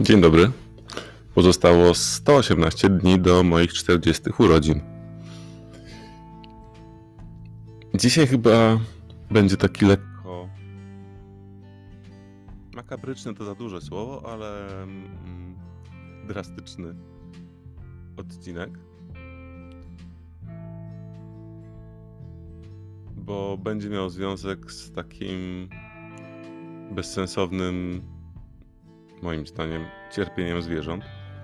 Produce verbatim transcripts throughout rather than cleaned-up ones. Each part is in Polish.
Dzień dobry. Pozostało sto osiemnaście dni do moich czterdziestych urodzin. Dzisiaj chyba będzie taki lekko makabryczny, to za duże słowo, ale mm, drastyczny odcinek, bo będzie miał związek z takim bezsensownym, moim zdaniem, cierpieniem zwierząt.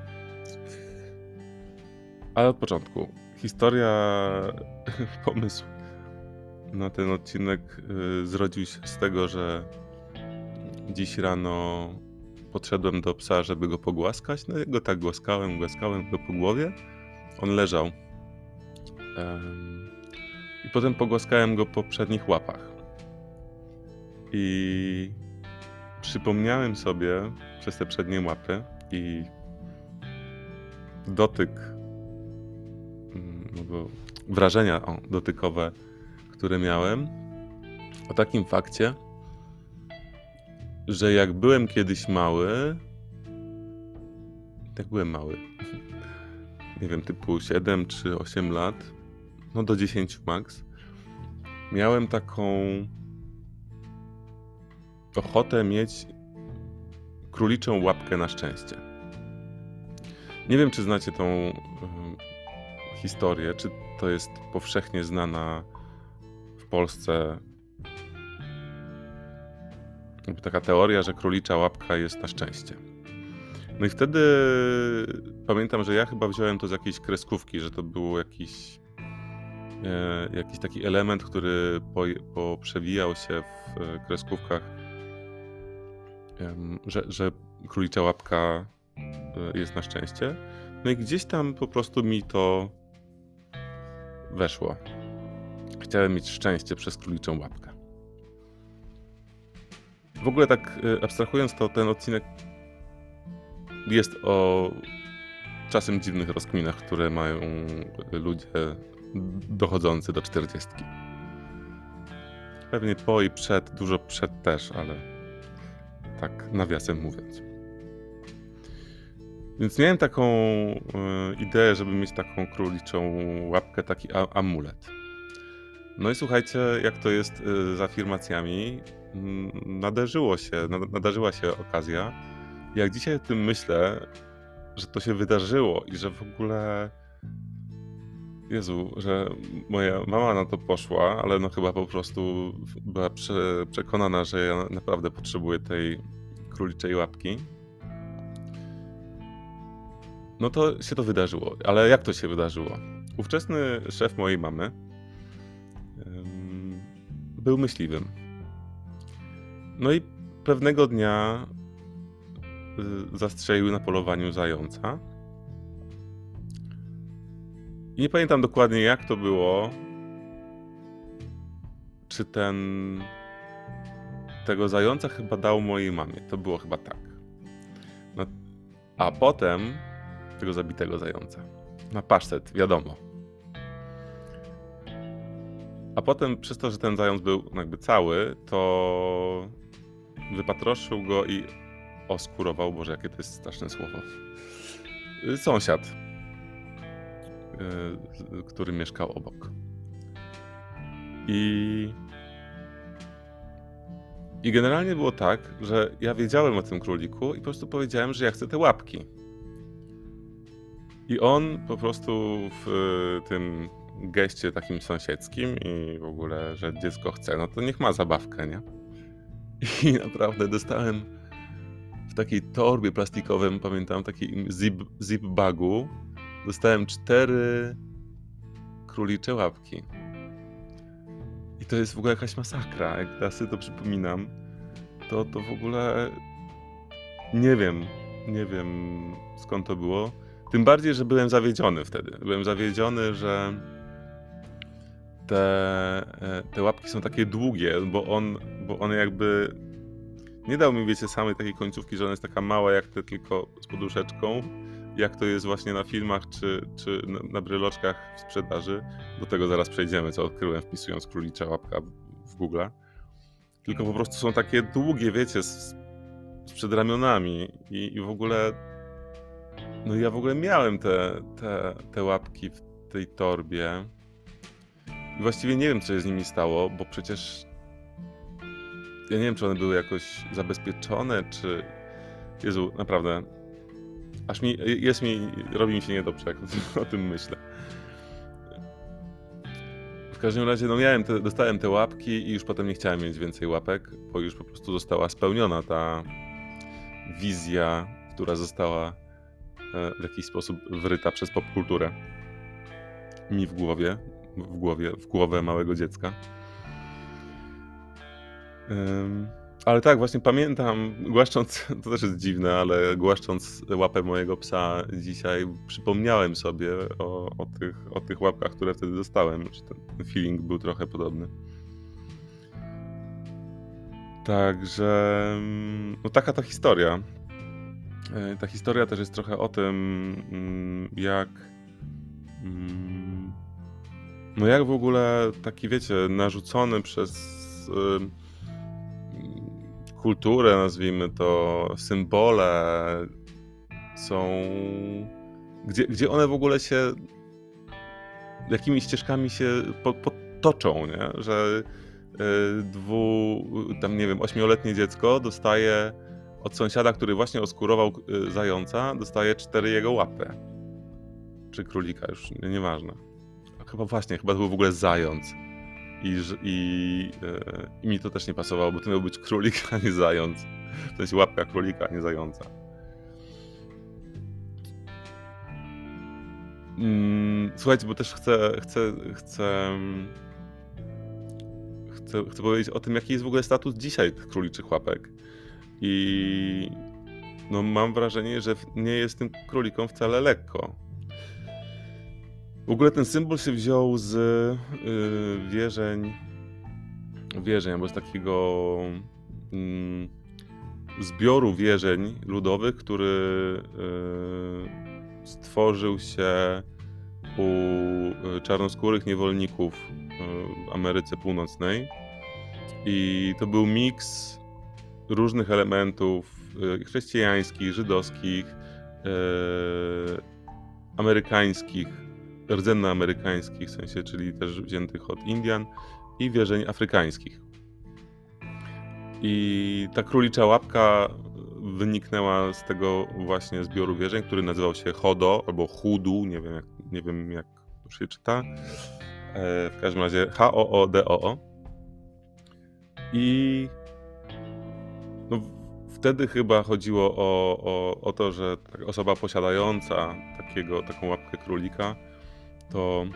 Ale od początku. Historia, pomysł na ten odcinek y, zrodził się z tego, że dziś rano podszedłem do psa, żeby go pogłaskać. No i go tak głaskałem, głaskałem go po głowie. On leżał. Ym, I potem pogłaskałem go po przednich łapach. I przypomniałem sobie przez te przednie łapy i dotyk, no bo wrażenia o, dotykowe, które miałem, o takim fakcie, że jak byłem kiedyś mały, jak byłem mały, nie wiem, typu siedem czy osiem lat, no do dziesięć max, miałem taką ochotę mieć króliczą łapkę na szczęście. Nie wiem, czy znacie tą y, historię, czy to jest powszechnie znana w Polsce jakby taka teoria, że królicza łapka jest na szczęście. No i wtedy pamiętam, że ja chyba wziąłem to z jakiejś kreskówki, że to był jakiś, y, jakiś taki element, który po, po przewijał się w kreskówkach, Że, że królicza łapka jest na szczęście. No i gdzieś tam po prostu mi to weszło. Chciałem mieć szczęście przez króliczą łapkę. W ogóle tak abstrahując, to ten odcinek jest o czasem dziwnych rozkminach, które mają ludzie dochodzący do czterdziestki. Pewnie po i przed, dużo przed też, ale tak nawiasem mówiąc. Więc miałem taką y, ideę, żeby mieć taką króliczą łapkę, taki a, amulet. No i słuchajcie, jak to jest y, z afirmacjami, y, nadarzyło się, nadarzyła się okazja. Jak dzisiaj o tym myślę, że to się wydarzyło i że w ogóle Jezu, że moja mama na to poszła, ale no chyba po prostu była prze, przekonana, że ja naprawdę potrzebuję tej króliczej łapki. No to się to wydarzyło. Ale jak to się wydarzyło? Ówczesny szef mojej mamy ym, był myśliwym. No i pewnego dnia y, zastrzelił na polowaniu zająca. I nie pamiętam dokładnie, jak to było, czy ten tego zająca chyba dał mojej mamie. To było chyba tak. No, a potem tego zabitego zająca. Na pasztet, wiadomo. A potem przez to, że ten zając był jakby cały, to wypatroszył go i oskurował, Boże, jakie to jest straszne słowo, sąsiad, który mieszkał obok. I, I generalnie było tak, że ja wiedziałem o tym króliku i po prostu powiedziałem, że ja chcę te łapki. I on po prostu w tym geście takim sąsiedzkim i w ogóle, że dziecko chce, no to niech ma zabawkę, nie? I naprawdę dostałem w takiej torbie plastikowym, pamiętam, takim zip, zip bagu, dostałem cztery królicze łapki. I to jest w ogóle jakaś masakra. Jak teraz sobie to przypominam, to, to w ogóle nie wiem, nie wiem skąd to było. Tym bardziej, że byłem zawiedziony wtedy. Byłem zawiedziony, że te, te łapki są takie długie, bo on, bo on jakby nie dał mi, wiecie, samej takiej końcówki, że ona jest taka mała jak te, tylko z poduszeczką, jak to jest właśnie na filmach czy, czy na, na bryloczkach w sprzedaży. Do tego zaraz przejdziemy, co odkryłem wpisując królicza łapka w Google. Tylko po prostu są takie długie, wiecie, z sprzed ramionami i, i w ogóle, no ja w ogóle miałem te, te, te łapki w tej torbie i właściwie nie wiem, co się z nimi stało, bo przecież ja nie wiem, czy one były jakoś zabezpieczone, czy... Jezu, naprawdę, aż mi, jest mi, robi mi się niedobrze, jak o tym myślę. W każdym razie, no miałem te, dostałem te łapki i już potem nie chciałem mieć więcej łapek, bo już po prostu została spełniona ta wizja, która została w jakiś sposób wryta przez popkulturę mi w głowie, w głowie, w głowę małego dziecka. Um, ale tak, właśnie pamiętam, głaszcząc, to też jest dziwne, ale głaszcząc łapę mojego psa dzisiaj, przypomniałem sobie o, o, tych, o tych łapkach, które wtedy dostałem, że ten feeling był trochę podobny. Także, no taka ta historia. Ta historia też jest trochę o tym, jak, no jak w ogóle taki, wiecie, narzucony przez kulturę, nazwijmy to, symbole są, gdzie, gdzie one w ogóle się, jakimi ścieżkami się po, potoczą, nie? Że dwu, tam nie wiem, ośmioletnie dziecko dostaje od sąsiada, który właśnie oskurował zająca, dostaje cztery jego łapy. Czy królika, już nieważne. Chyba właśnie, chyba to był w ogóle zając. I, i, i mi to też nie pasowało, bo to miał być królik, a nie zając. W sensie łapka królika, a nie zająca. Słuchajcie, bo też chcę, chcę, chcę, chcę, chcę powiedzieć o tym, jaki jest w ogóle status dzisiaj tych króliczych łapek. I no mam wrażenie, że nie jest tym królikom wcale lekko. W ogóle ten symbol się wziął z yy, wierzeń, wierzeń, albo z takiego yy, zbioru wierzeń ludowych, który yy, stworzył się u czarnoskórych niewolników w Ameryce Północnej. I to był miks różnych elementów yy, chrześcijańskich, żydowskich, yy, amerykańskich, rdzennoamerykańskich, w sensie, czyli też wziętych od Indian i wierzeń afrykańskich. I ta królicza łapka wyniknęła z tego właśnie zbioru wierzeń, który nazywał się Hodo albo Hudu, nie wiem jak, nie wiem jak to się czyta. E, w każdym razie H O O D O O. I no, wtedy chyba chodziło o, o, o to, że osoba posiadająca takiego, taką łapkę królika to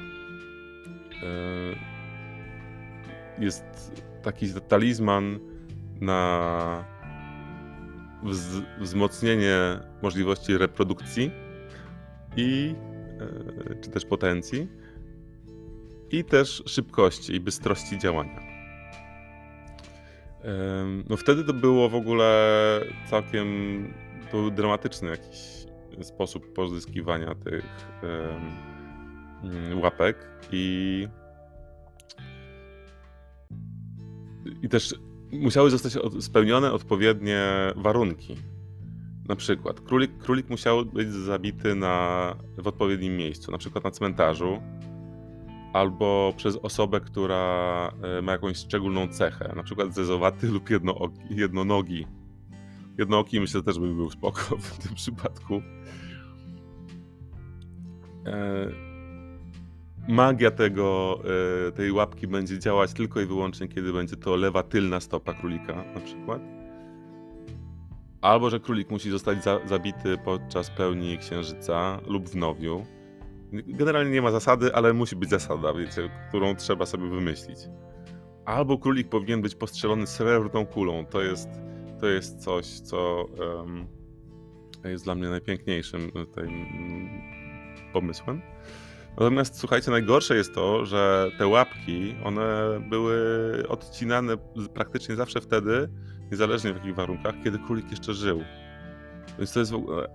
e, jest taki talizman na wz, wzmocnienie możliwości reprodukcji i e, czy też potencji i też szybkości i bystrości działania. E, no wtedy to było w ogóle całkiem, to był dramatyczny jakiś sposób pozyskiwania tych e, łapek i i też musiały zostać spełnione odpowiednie warunki. Na przykład królik, królik musiał być zabity na, w odpowiednim miejscu, na przykład na cmentarzu, albo przez osobę, która ma jakąś szczególną cechę, na przykład zezowaty lub jednooki, jednonogi. Jednooki myślę też by był spoko w tym przypadku. E Magia tego, tej łapki będzie działać tylko i wyłącznie, kiedy będzie to lewa tylna stopa królika na przykład. Albo, że królik musi zostać za, zabity podczas pełni księżyca lub w nowiu. Generalnie nie ma zasady, ale musi być zasada, wiecie, którą trzeba sobie wymyślić. Albo królik powinien być postrzelony srebrną kulą. To jest, to jest coś, co um, jest dla mnie najpiękniejszym tym pomysłem. Natomiast słuchajcie, najgorsze jest to, że te łapki, one były odcinane praktycznie zawsze wtedy, niezależnie w jakich warunkach, kiedy królik jeszcze żył. Więc to jest w ogóle...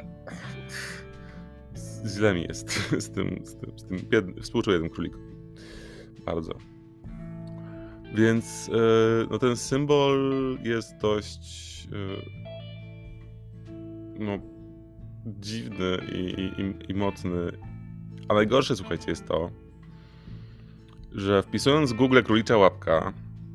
Źle mi jest z tym, z tym, z tym biednym, współczuję tym królikom. Bardzo. Więc no ten symbol jest dość no, dziwny i, i, i, i mocny. A najgorsze, słuchajcie, jest to, że wpisując w Google królicza łapka,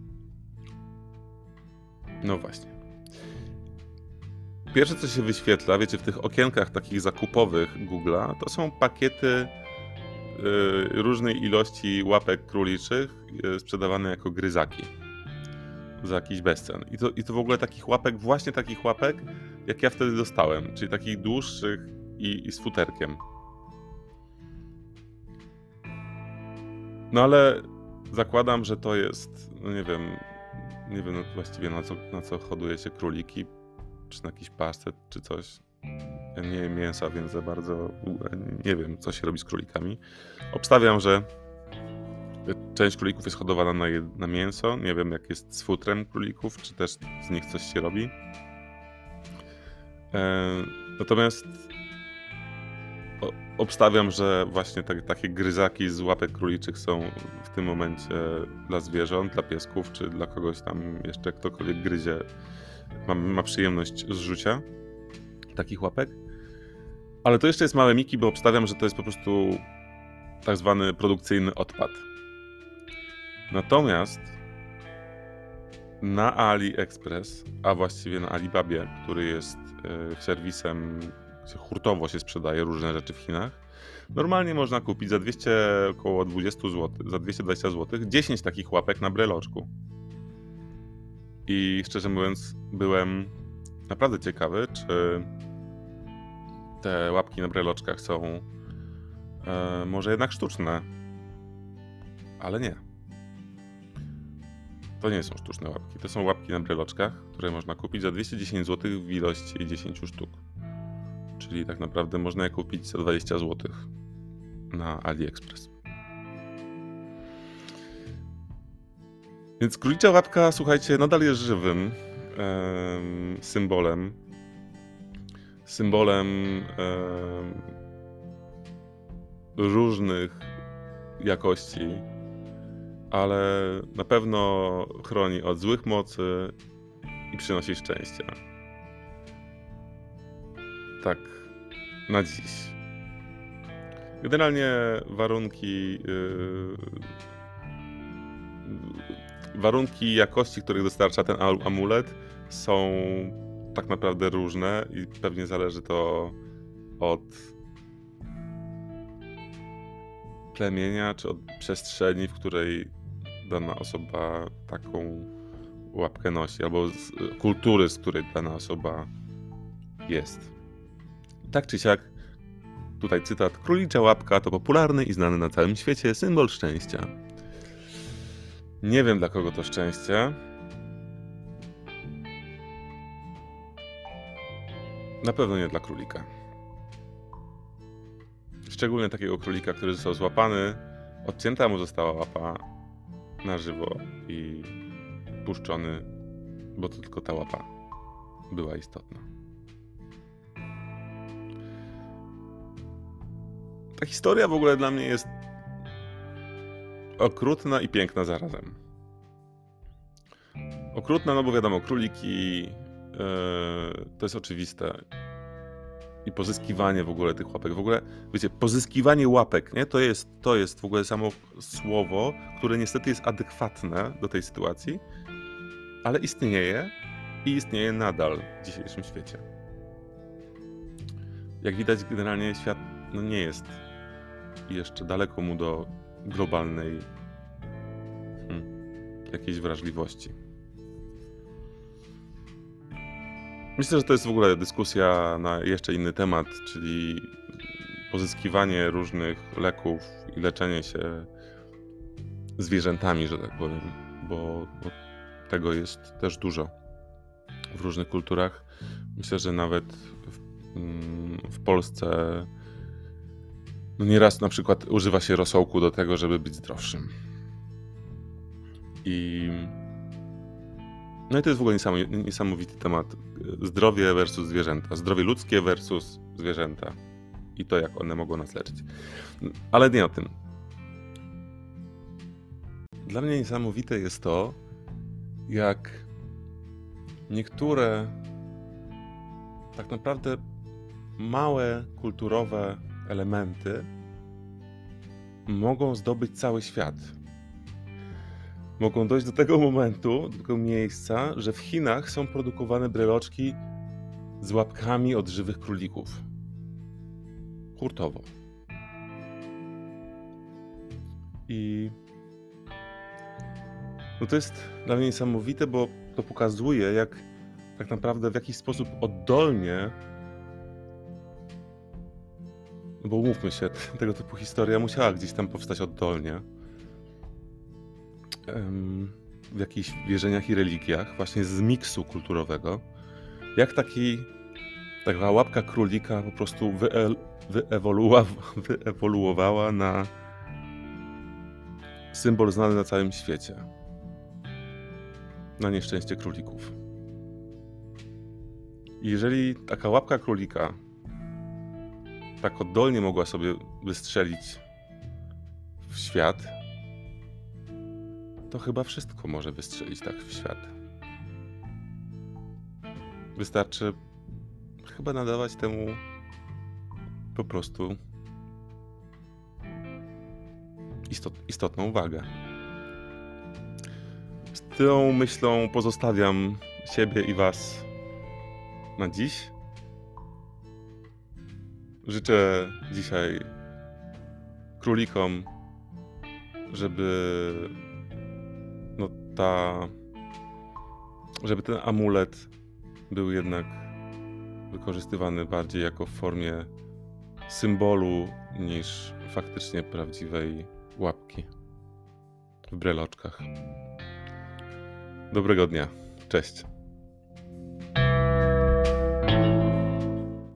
no właśnie, pierwsze co się wyświetla, wiecie, w tych okienkach takich zakupowych Google'a, to są pakiety y, różnej ilości łapek króliczych y, sprzedawane jako gryzaki za jakiś bezcen. I to, I to w ogóle takich łapek, właśnie takich łapek, jak ja wtedy dostałem, czyli takich dłuższych i, i z futerkiem. No ale zakładam, że to jest, no nie wiem, nie wiem właściwie na co, na co hoduje się króliki, czy na jakiś pasztet, czy coś. Ja nie jem mięsa, więc za bardzo nie wiem, co się robi z królikami. Obstawiam, że część królików jest hodowana na, je, na mięso. Nie wiem, jak jest z futrem królików, czy też z nich coś się robi. E, natomiast o, obstawiam, że właśnie tak, takie gryzaki z łapek króliczych są w tym momencie dla zwierząt, dla piesków, czy dla kogoś tam jeszcze, ktokolwiek gryzie, ma, ma przyjemność zrzucia takich łapek. Ale to jeszcze jest małe miki, bo obstawiam, że to jest po prostu tak zwany produkcyjny odpad. Natomiast na AliExpress, a właściwie na Alibabie, który jest y, serwisem, gdzie hurtowo się sprzedaje różne rzeczy w Chinach, normalnie można kupić za dwieście, około dwadzieścia złotych, za dwieście dwadzieścia złotych dziesięć takich łapek na breloczku. I szczerze mówiąc, byłem naprawdę ciekawy, czy te łapki na breloczkach są e, może jednak sztuczne. Ale nie. To nie są sztuczne łapki. To są łapki na breloczkach, które można kupić za dwieście dziesięć złotych w ilości dziesięć sztuk. Czyli tak naprawdę można je kupić za dwadzieścia złotych na AliExpress. Więc królicza łapka, słuchajcie, nadal jest żywym em, symbolem. Symbolem em, różnych jakości, ale na pewno chroni od złych mocy i przynosi szczęście. Tak, na dziś. Generalnie warunki yy, warunki jakości, których dostarcza ten amulet, są tak naprawdę różne i pewnie zależy to od plemienia czy od przestrzeni, w której dana osoba taką łapkę nosi, albo z kultury, z której dana osoba jest. Tak czy siak, tutaj cytat: królicza łapka to popularny i znany na całym świecie symbol szczęścia. Nie wiem, dla kogo to szczęście. Na pewno nie dla królika. Szczególnie takiego królika, który został złapany, odcięta mu została łapa na żywo i puszczony, bo to tylko ta łapa była istotna. Ta historia w ogóle dla mnie jest okrutna i piękna zarazem. Okrutna, no bo wiadomo, króliki yy, to jest oczywiste. I pozyskiwanie w ogóle tych łapek. W ogóle, wiecie, pozyskiwanie łapek, nie? To jest, to jest w ogóle samo słowo, które niestety jest adekwatne do tej sytuacji, ale istnieje i istnieje nadal w dzisiejszym świecie. Jak widać, generalnie świat no, nie jest jeszcze daleko mu do globalnej hmm, jakiejś wrażliwości. Myślę, że to jest w ogóle dyskusja na jeszcze inny temat, czyli pozyskiwanie różnych leków i leczenie się zwierzętami, że tak powiem, bo, bo tego jest też dużo w różnych kulturach. Myślę, że nawet w, w Polsce no nieraz na przykład używa się rosołku do tego, żeby być zdrowszym. I no i to jest w ogóle niesamowity temat. Zdrowie versus zwierzęta. Zdrowie ludzkie versus zwierzęta. I to, jak one mogą nas leczyć. Ale nie o tym. Dla mnie niesamowite jest to, jak niektóre tak naprawdę małe kulturowe elementy mogą zdobyć cały świat. Mogą dojść do tego momentu, do tego miejsca, że w Chinach są produkowane breloczki z łapkami od żywych królików. Hurtowo. I no to jest dla mnie niesamowite, bo to pokazuje, jak tak naprawdę w jakiś sposób oddolnie, bo umówmy się, tego typu historia musiała gdzieś tam powstać oddolnie, w jakichś wierzeniach i religiach, właśnie z miksu kulturowego, jak taki, taka łapka królika po prostu wye, wyewoluowa, wyewoluowała na symbol znany na całym świecie. Na nieszczęście królików. I jeżeli taka łapka królika tak oddolnie mogła sobie wystrzelić w świat, to chyba wszystko może wystrzelić tak w świat. Wystarczy chyba nadawać temu po prostu istot, istotną wagę. Z tą myślą pozostawiam siebie i was na dziś. Życzę dzisiaj królikom, żeby no ta, żeby ten amulet był jednak wykorzystywany bardziej jako w formie symbolu niż faktycznie prawdziwej łapki w breloczkach. Dobrego dnia. Cześć.